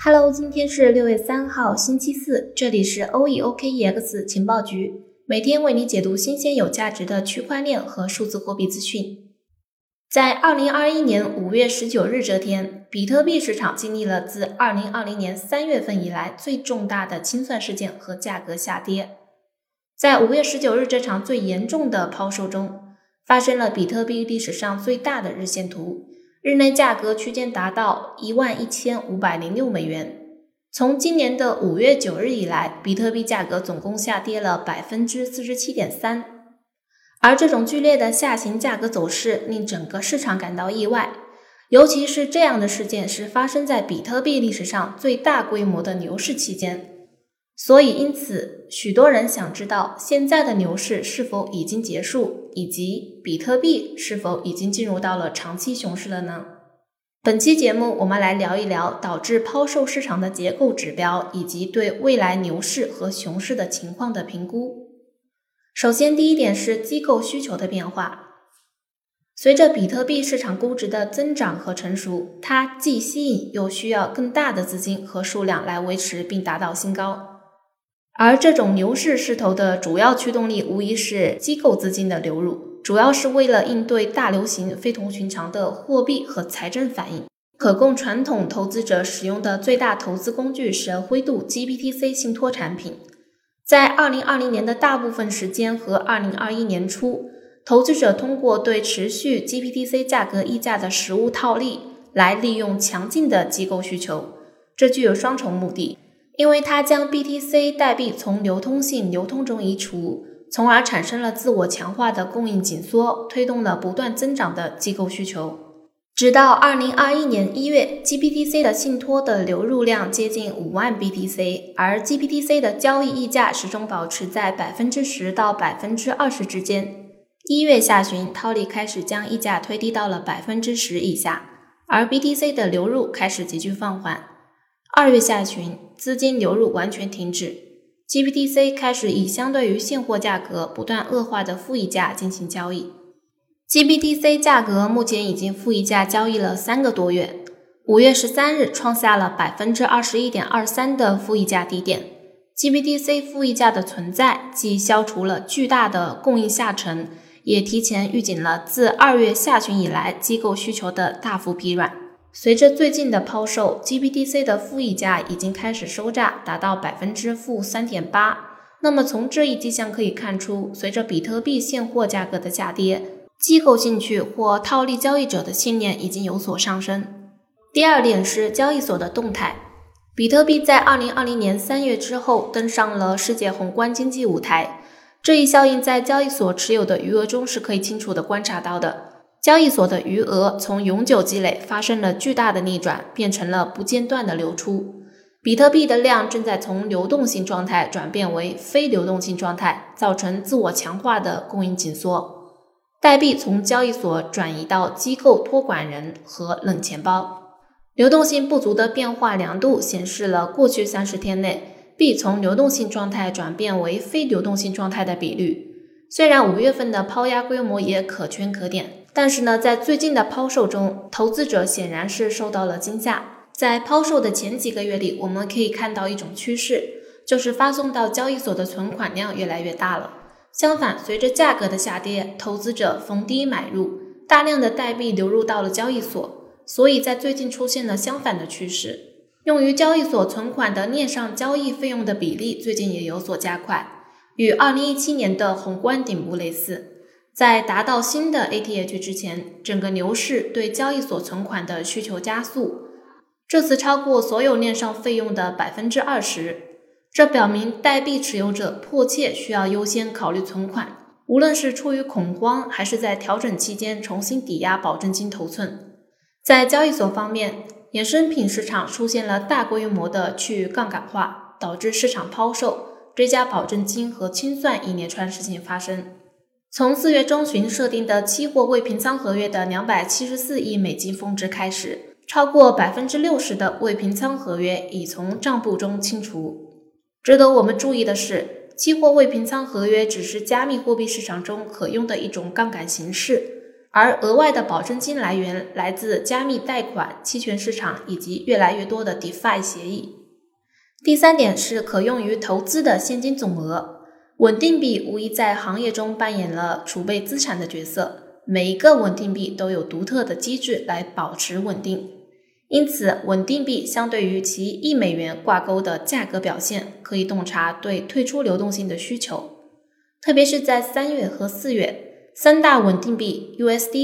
Hello， 今天是6月3号，星期四，这里是 OKEX 情报局，每天为你解读新鲜有价值的区块链和数字货币资讯。在2021年5月19日这天，比特币市场经历了自2020年3月份以来最重大的清算事件和价格下跌。在5月19日这场最严重的抛售中，发生了比特币历史上最大的日线图，日内价格区间达到11506美元。从今年的5月9日以来，比特币价格总共下跌了 47.3%。而这种剧烈的下行价格走势令整个市场感到意外，尤其是这样的事件是发生在比特币历史上最大规模的牛市期间。所以因此，许多人想知道现在的牛市是否已经结束，以及比特币是否已经进入到了长期熊市了呢？本期节目我们来聊一聊导致抛售市场的结构指标，以及对未来牛市和熊市的情况的评估。首先，第一点是机构需求的变化。随着比特币市场估值的增长和成熟，它既吸引又需要更大的资金和数量来维持并达到新高。而这种牛市势头的主要驱动力无疑是机构资金的流入，主要是为了应对大流行非同寻常的货币和财政反应。可供传统投资者使用的最大投资工具是灰度 GBTC 信托产品。在2020年的大部分时间和2021年初，投资者通过对持续 GBTC 价格溢价的实物套利来利用强劲的机构需求，这具有双重目的。因为它将 BTC 代币从流通性流通中移除，从而产生了自我强化的供应紧缩，推动了不断增长的机构需求。直到2021年1月 GBTC 的信托的流入量接近5万 BTC， 而 GBTC 的交易溢价始终保持在 10% 到 20% 之间。1月下旬，套利开始将溢价推低到了 10% 以下，而 BTC 的流入开始急剧放缓。2月下旬，资金流入完全停止， GBTC 开始以相对于现货价格不断恶化的负溢价进行交易。GBTC 价格目前已经负溢价交易了3个多月，5月13日创下了 21.23% 的负溢价低点。GBTC 负溢价的存在既消除了巨大的供应下沉，也提前预警了自2月下旬以来机构需求的大幅疲软。随着最近的抛售， GBTC 的负溢价已经开始收窄，达到 -3.8%。 那么从这一迹象可以看出，随着比特币现货价格的下跌，机构兴趣或套利交易者的信念已经有所上升。第二点是交易所的动态。比特币在2020年3月之后登上了世界宏观经济舞台，这一效应在交易所持有的余额中是可以清楚地观察到的。交易所的余额从永久积累发生了巨大的逆转，变成了不间断的流出。比特币的量正在从流动性状态转变为非流动性状态，造成自我强化的供应紧缩。代币从交易所转移到机构托管人和冷钱包。流动性不足的变化量度显示了过去30天内币从流动性状态转变为非流动性状态的比率。虽然5月份的抛压规模也可圈可点，但是呢，在最近的抛售中，投资者显然是受到了惊吓。在抛售的前几个月里，我们可以看到一种趋势，就是发送到交易所的存款量越来越大了。相反，随着价格的下跌，投资者逢低买入，大量的代币流入到了交易所，所以在最近出现了相反的趋势。用于交易所存款的链上交易费用的比例最近也有所加快，与2017年的宏观顶部类似。在达到新的 ATH 之前，整个牛市对交易所存款的需求加速，这次超过所有链上费用的 20%。 这表明代币持有者迫切需要优先考虑存款，无论是出于恐慌还是在调整期间重新抵押保证金头寸。在交易所方面，衍生品市场出现了大规模的去杠杆化，导致市场抛售、追加保证金和清算一连串事情发生。从4月中旬设定的期货未平仓合约的274亿美金峰值开始，超过 60% 的未平仓合约已从账簿中清除。值得我们注意的是，期货未平仓合约只是加密货币市场中可用的一种杠杆形式， 而额外的保证金来源来自加密贷款、期权市场以及越来越多的 DeFi 协议。第3点是可用于投资的现金总额。稳定币无疑在行业中扮演了储备资产的角色，每一个稳定币都有独特的机制来保持稳定。因此，稳定币相对于其$1挂钩的价格表现，可以洞察对退出流动性的需求。特别是在3月和4月，3大稳定币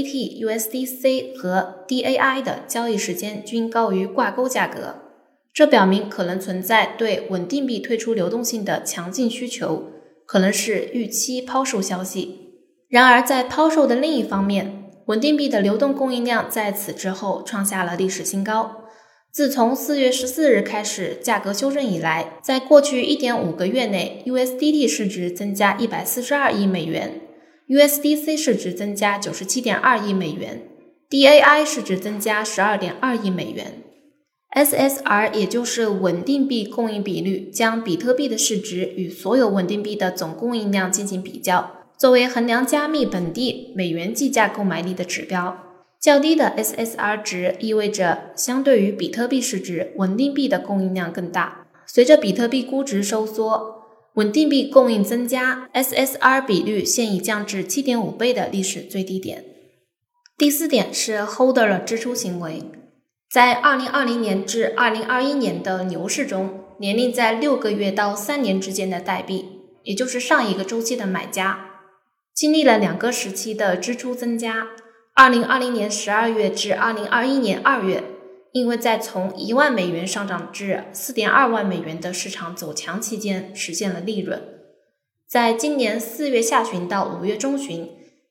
USDT、USDC 和 DAI 的交易时间均高于挂钩价格，这表明可能存在对稳定币退出流动性的强劲需求，可能是预期抛售消息。然而在抛售的另一方面，稳定币的流动供应量在此之后创下了历史新高。自从4月14日开始价格修正以来，在过去 1.5 个月内 USDT 市值增加142亿美元， USDC 市值增加 97.2 亿美元， DAI 市值增加 12.2 亿美元。SSR 也就是稳定币供应比率，将比特币的市值与所有稳定币的总供应量进行比较，作为衡量加密本地美元计价购买力的指标。较低的 SSR 值意味着相对于比特币市值，稳定币的供应量更大。随着比特币估值收缩，稳定币供应增加， SSR 比率现已降至 7.5 倍的历史最低点。第4点是 Holder 的支出行为。在2020年至2021年的牛市中，年龄在6个月到3年之间的代币，也就是上一个周期的买家，经历了2个时期的支出增加。2020年12月至2021年2月，因为在从1万美元上涨至 4.2 万美元的市场走强期间实现了利润。在今年4月下旬到5月中旬，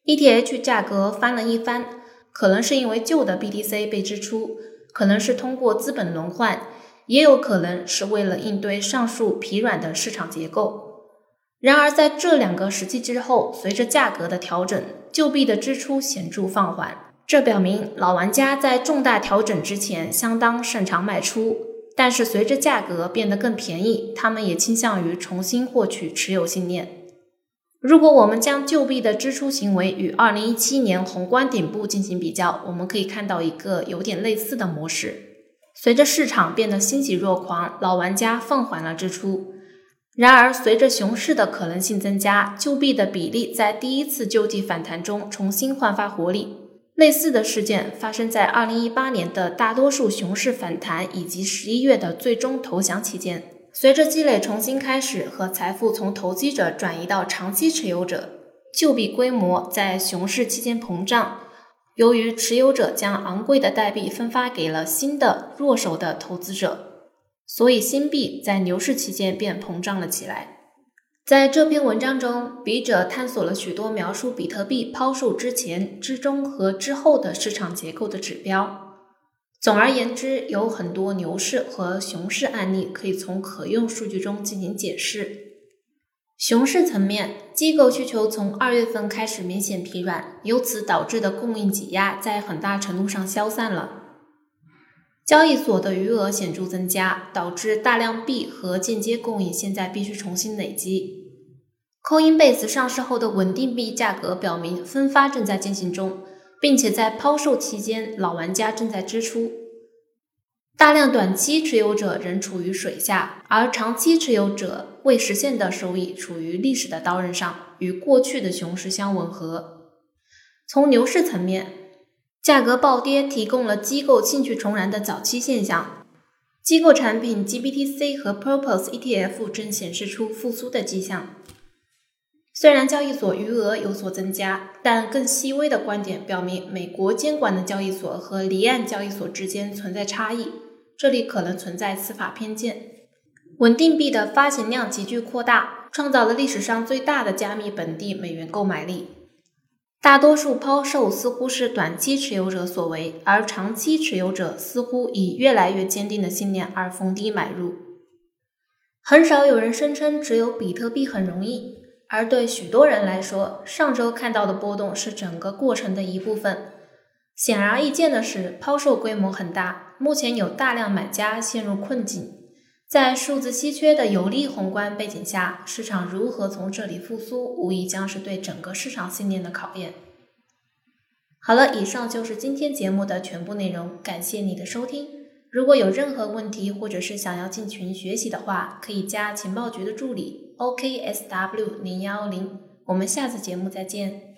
ETH 价格翻了一番，可能是因为旧的 BTC 被支出，可能是通过资本轮换，也有可能是为了应对上述疲软的市场结构。然而在这2个时期之后，随着价格的调整，旧币的支出显著放缓，这表明老玩家在重大调整之前相当擅长卖出，但是随着价格变得更便宜，他们也倾向于重新获取持有信念。如果我们将旧币的支出行为与2017年宏观顶部进行比较，我们可以看到一个有点类似的模式。随着市场变得欣喜若狂，老玩家放缓了支出。然而随着熊市的可能性增加，旧币的比例在第一次救济反弹中重新焕发活力。类似的事件发生在2018年的大多数熊市反弹以及11月的最终投降期间。随着积累重新开始和财富从投机者转移到长期持有者，旧币规模在熊市期间膨胀。由于持有者将昂贵的代币分发给了新的弱手的投资者，所以新币在牛市期间便膨胀了起来。在这篇文章中，笔者探索了许多描述比特币抛售之前、之中和之后的市场结构的指标。总而言之，有很多牛市和熊市案例可以从可用数据中进行解释。熊市层面，机构需求从2月份开始明显疲软，由此导致的供应挤压在很大程度上消散了。交易所的余额显著增加，导致大量币和间接供应现在必须重新累积。Coinbase 上市后的稳定币价格表明分发正在进行中，并且在抛售期间，老玩家正在支出。大量短期持有者仍处于水下，而长期持有者未实现的收益处于历史的刀刃上，与过去的熊市相吻合。从牛市层面，价格暴跌提供了机构兴趣重燃的早期现象。机构产品 GBTC 和 Purpose ETF 正显示出复苏的迹象。虽然交易所余额有所增加，但更细微的观点表明，美国监管的交易所和离岸交易所之间存在差异，这里可能存在司法偏见。稳定币的发行量急剧扩大，创造了历史上最大的加密本地美元购买力。大多数抛售似乎是短期持有者所为，而长期持有者似乎以越来越坚定的信念而逢低买入。很少有人声称持有比特币很容易，而对许多人来说，上周看到的波动是整个过程的一部分。显而易见的是，抛售规模很大，目前有大量买家陷入困境。在数字稀缺的有利宏观背景下，市场如何从这里复苏，无疑将是对整个市场信念的考验。 好了，以上就是今天节目的全部内容，感谢你的收听。如果有任何问题或者是想要进群学习的话，可以加情报局的助理 OKSW0110。我们下次节目再见。